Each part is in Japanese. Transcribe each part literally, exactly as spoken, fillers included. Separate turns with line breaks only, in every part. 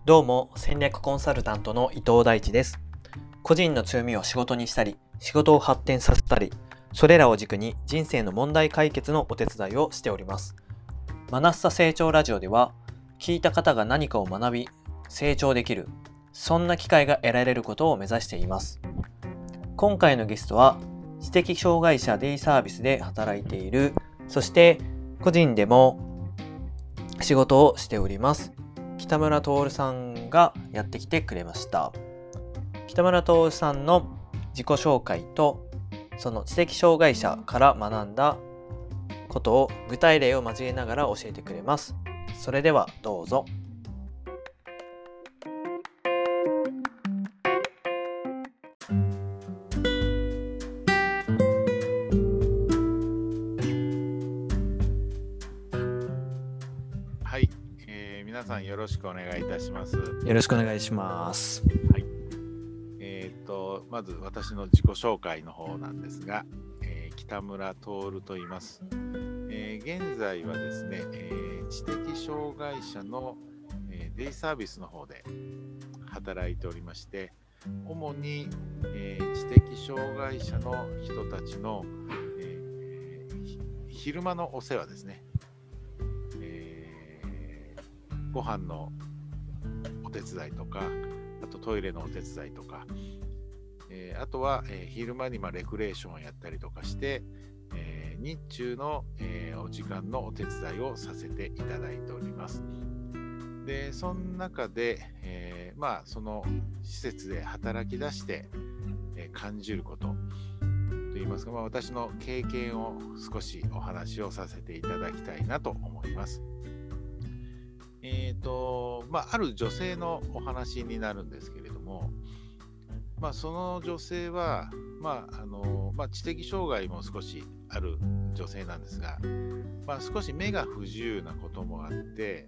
どうも、戦略コンサルタントの伊藤大地です。個人の強みを仕事にしたり、仕事を発展させたり、それらを軸に人生の問題解決のお手伝いをしております。マナッサ成長ラジオでは、聞いた方が何かを学び、成長できる、そんな機会が得られることを目指しています。今回のゲストは、知的障害者デイサービスで働いている、そして個人でも仕事をしております。北村徹さんがやってきてくれました。北村徹さんの自己紹介とその知的障害者から学んだことを具体例を交えながら教えてくれます。それではどうぞ。
はい、えー、皆さんよろしくお願いいたします。
よろしくお願いします。
はい。えー、とまず私の自己紹介の方なんですが、えー、北村徹と言います。えー、現在はですね、えー、知的障害者の、えー、デイサービスの方で働いておりまして、主に、えー、知的障害者の人たちの、えー、昼間のお世話ですね。ご飯のお手伝いとか、あとトイレのお手伝いとか、えー、あとは、えー、昼間にまあレクレーションをやったりとかして、えー、日中の、えー、お時間のお手伝いをさせていただいております。で、その中で、えー、まあその施設で働き出して、えー、感じることといいますか、まあ、私の経験を少しお話をさせていただきたいなと思います。えーとまあ、ある女性のお話になるんですけれども、まあ、その女性は、まああのまあ、知的障害も少しある女性なんですが、まあ、少し目が不自由なこともあって、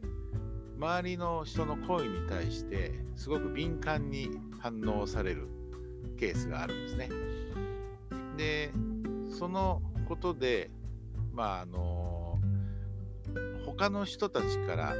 周りの人の声に対してすごく敏感に反応されるケースがあるんですね。で、そのことで、まああの他の人たちから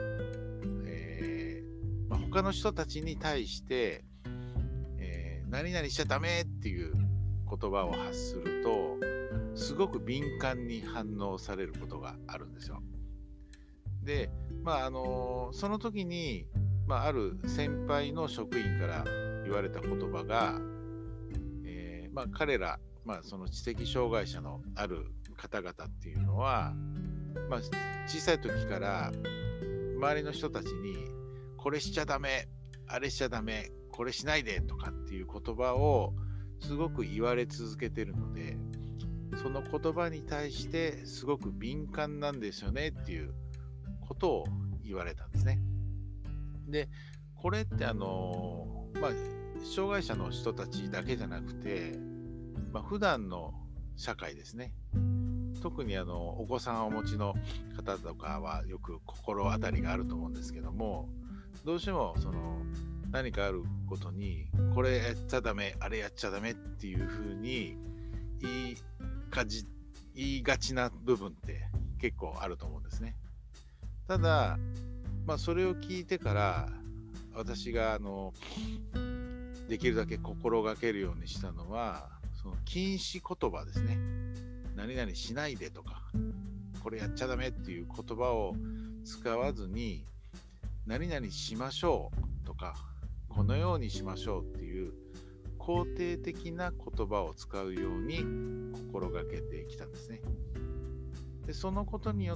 他の人たちに対して、えー、何々しちゃダメっていう言葉を発すると、すごく敏感に反応されることがあるんですよ。で、まああのー、その時に、まあ、ある先輩の職員から言われた言葉が、えーまあ、彼ら、まあ、その知的障害者のある方々っていうのは、まあ、小さい時から周りの人たちにこれしちゃダメ、あれしちゃダメ、これしないでとかっていう言葉をすごく言われ続けてるので、その言葉に対してすごく敏感なんですよねっていうことを言われたんですね。で、これってあの、まあ、障害者の人たちだけじゃなくて、まあ、普段の社会ですね。特にあのお子さんをお持ちの方とかはよく心当たりがあると思うんですけども、どうしてもその何かあることにこれやっちゃダメ、あれやっちゃダメっていう風に言いかじ言いがちな部分って結構あると思うんですね。ただ、まあ、それを聞いてから私があのできるだけ心がけるようにしたのは、その禁止言葉ですね。何々しないでとか、これやっちゃダメっていう言葉を使わずに、何々しましょうとか、このようにしましょうっていう肯定的な言葉を使うように心がけてきたんですね。で、そのことによって、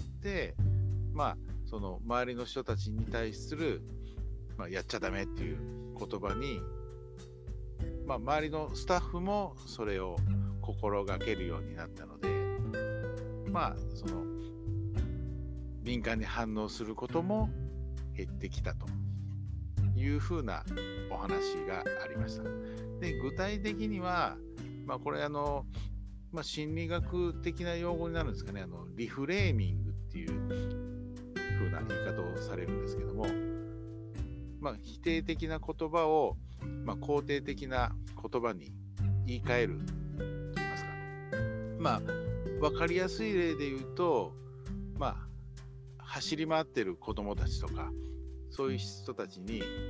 まあ、その周りの人たちに対する、まあ、やっちゃダメっていう言葉に、まあ、周りのスタッフもそれを心がけるようになったので、まあ、その敏感に反応することも減ってきたというふうなお話がありました。で、具体的には、まあ、これあの、まあ、心理学的な用語になるんですかね、あのリフレーミングっていうふうな言い方をされるんですけども、まあ、否定的な言葉を、まあ、肯定的な言葉に言い換えると言いますか、まあ分かりやすい例で言うと、まあ走り回ってる子どもたちとか、そういう人たちに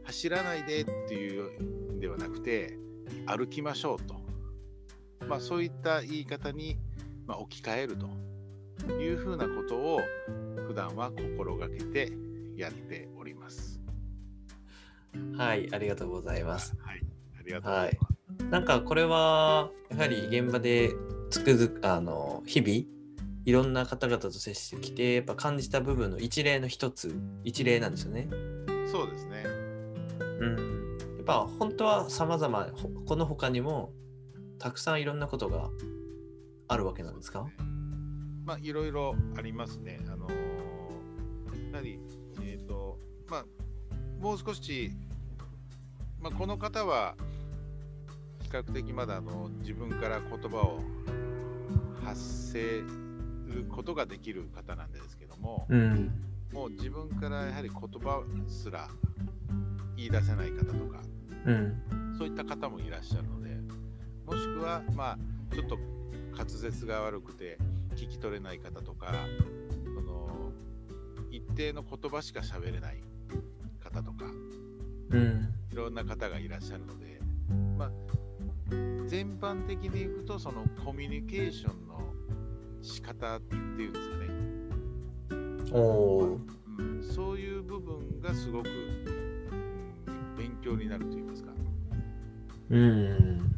走らないでっていうのではなくて、歩きましょうと、まあ、そういった言い方に、まあ、置き換えるというふうなことを普段は心がけてやっております。
はい、ありがとうございます。
はい、ありがとうございます。
はい、なんかこれはやはり現場でつくづくあの日々いろんな方々と接してきてやっぱ感じた部分の一例の一つ一例なんですよね。
そうですね。
うん。やっぱ本当は様々この他にもたくさんいろんなことがあるわけなんですか？
まあいろいろありますね。あのー、やはりえっとまあもう少し、まあ、この方は比較的まだあの自分から言葉を発せることができる方なんですけども、
うん、
もう自分からやはり言葉すら言い出せない方とか、
うん、
そういった方もいらっしゃるので、もしくはまあちょっと滑舌が悪くて聞き取れない方とか、その一定の言葉しか喋れない方とか、
うん、
いろんな方がいらっしゃるので、まあ、全般的にいくとそのコミュニケーションの仕方っていうんですかね、
おー、
うん、そういう部分がすごく、うん、勉強になると言いますか、
うん、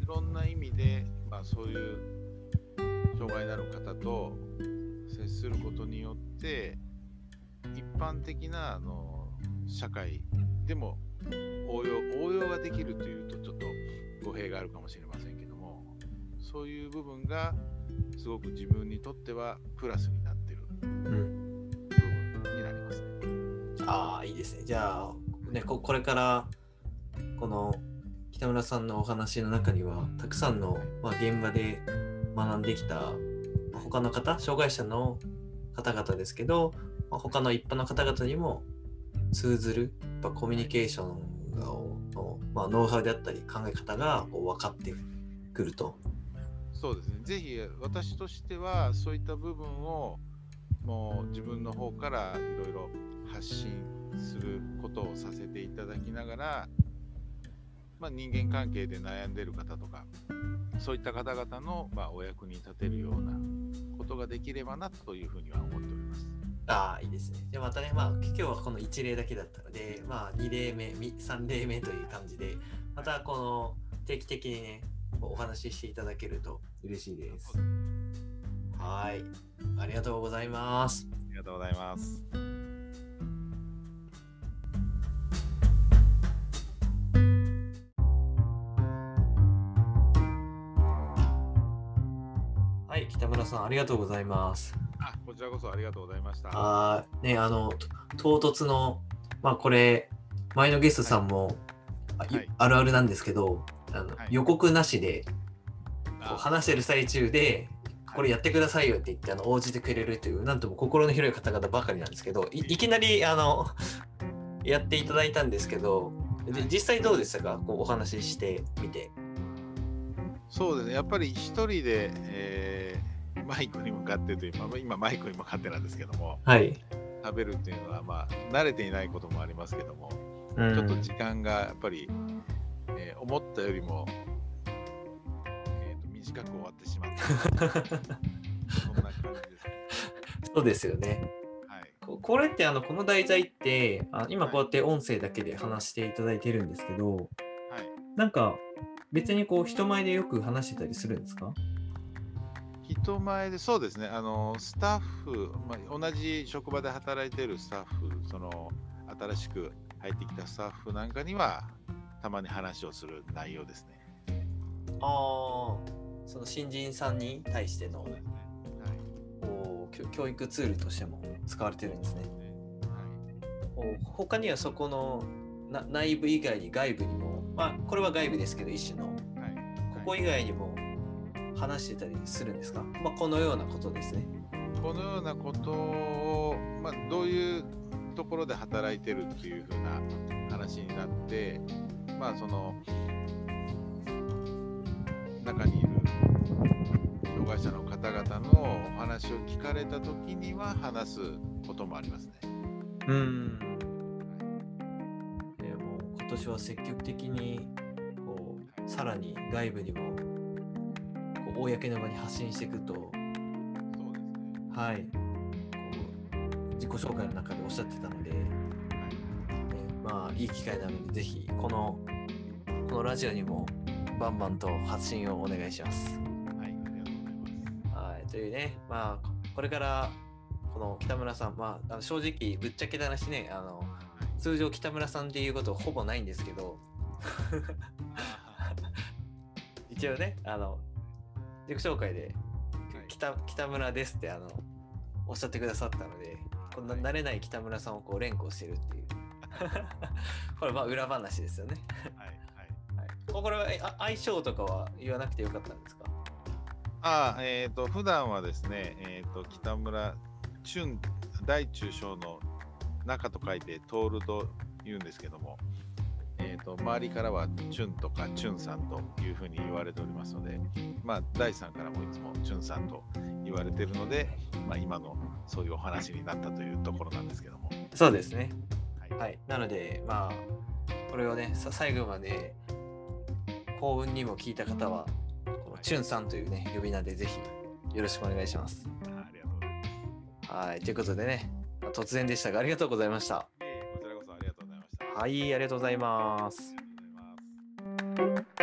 いろんな意味で、まあ、そういう障害のある方と接することによって一般的なあの社会でも応用、応用ができるというとちょっと語弊があるかもしれませんけども、そういう部分がすごく自分にとってはプラスになっている部分になりますね。
うん、ああ、いいですね。じゃあ、ね、こ, これからこの北村さんのお話の中にはたくさんの、まあ、現場で学んできた他の方、障害者の方々ですけど、まあ、他の一般の方々にも通ずるやっぱコミュニケーションの、まあ、ノウハウであったり考え方がこう分かってくると。
そうですね。ぜひ私としてはそういった部分をもう自分の方からいろいろ発信することをさせていただきながら、まあ、人間関係で悩んでいる方とかそういった方々の、まあ、お役に立てるようなことができればなというふうには思っております。
ああ、いいですね。じゃあまたね、まあ今日はこのいち例だけだったので、まあに例目、さん例目という感じで、またこの定期的にね、お話ししていただけると嬉しいです。はい。ありがとうございます。
ありがとうございます。
はい、北村さんありがとうございます。
あ、こちらこそありがとうございました。
あね、あの唐突の、まあこれ前のゲストさんも、はい、あるあるなんですけど、あの、はい、予告なしでこう話してる最中でこれやってくださいよって言ってあの応じてくれるというなんとも心の広い方々ばかりなんですけど、 い, いきなりあのやっていただいたんですけど、はい、実際どうでしたか、こうお話ししてみて。
そうですね、やっぱり一人で、えー、マイクに向かってという、まあ、今マイクに向かってなんですけども、
はい、
食べるっていうのは、まあ、慣れていないこともありますけども、
うん、
ちょっと時間がやっぱり、えー、思ったよりも、えー、と短く終わってしまったそんな感じですね。
そうですよね。はい、こ, これってあのこの題材ってあ今こうやって音声だけで話していただいてるんですけど、はい、なんか別にこう人前でよく話してたりするんですか？
人前で、そうですね、あのスタッフ、まあ、同じ職場で働いているスタッフ、その新しく入ってきたスタッフなんかにはたまに話をする内容ですね。
ああ、その新人さんに対しての、はい、こう教育ツールとしても使われてるんですね。はい、他にはそこのな内部以外に外部にも、まあこれは外部ですけど一種の、はい、ここ以外にも話してたりするんですか？まあこのようなことですね。
このようなことを、まあ、どういうところで働いてるっていう風な話になって、まあその中にいる障害者の方々のお話を聞かれたときには話すこともありますね。
うん。えー、もう今年は積極的にこう、
はい、
さらに外部にもこう公の場に発信していくと、
そうですね。
はい、こう自己紹介の中でおっしゃってたので、ね、まあいい機会なのでぜひこのこのラジオにもバンバンと発信をお願いします。
はい、ありがとうございます。
はい、というね、まあこれからこの北村さん、まあ、あの正直ぶっちゃけた話ね、あの通常北村さんっていうことほぼないんですけど一応ね、あの自己紹介で、はい、北, 北村ですってあのおっしゃってくださったので、こんな慣れない北村さんをこう連呼してるっていうこれまあ裏話ですよね。はいはいはい、これは相性とかは言わなくてよかったんですか？
ああ、えっ、ー、と普段はですね、えっ、ー、と北村俊、大中小の中と書いてトールと言うんですけども、えー、と周りからはチュンとかチュンさんというふうに言われておりますので、まあ大さんからもいつもチュンさんと言われているので、まあ、今のそういうお話になったというところなんですけども。
そうですね。はい。はい、なのでまあこれをね最後まで幸運にも聞いた方はこのチュンさんというね呼び名でぜひよろしくお願いします。
ありがとうございます。
はい、ということでね、突然でしたがありがとうございました。
こちらこそありがとうございました。
はい、ありがとうございます。
ありがとうございます。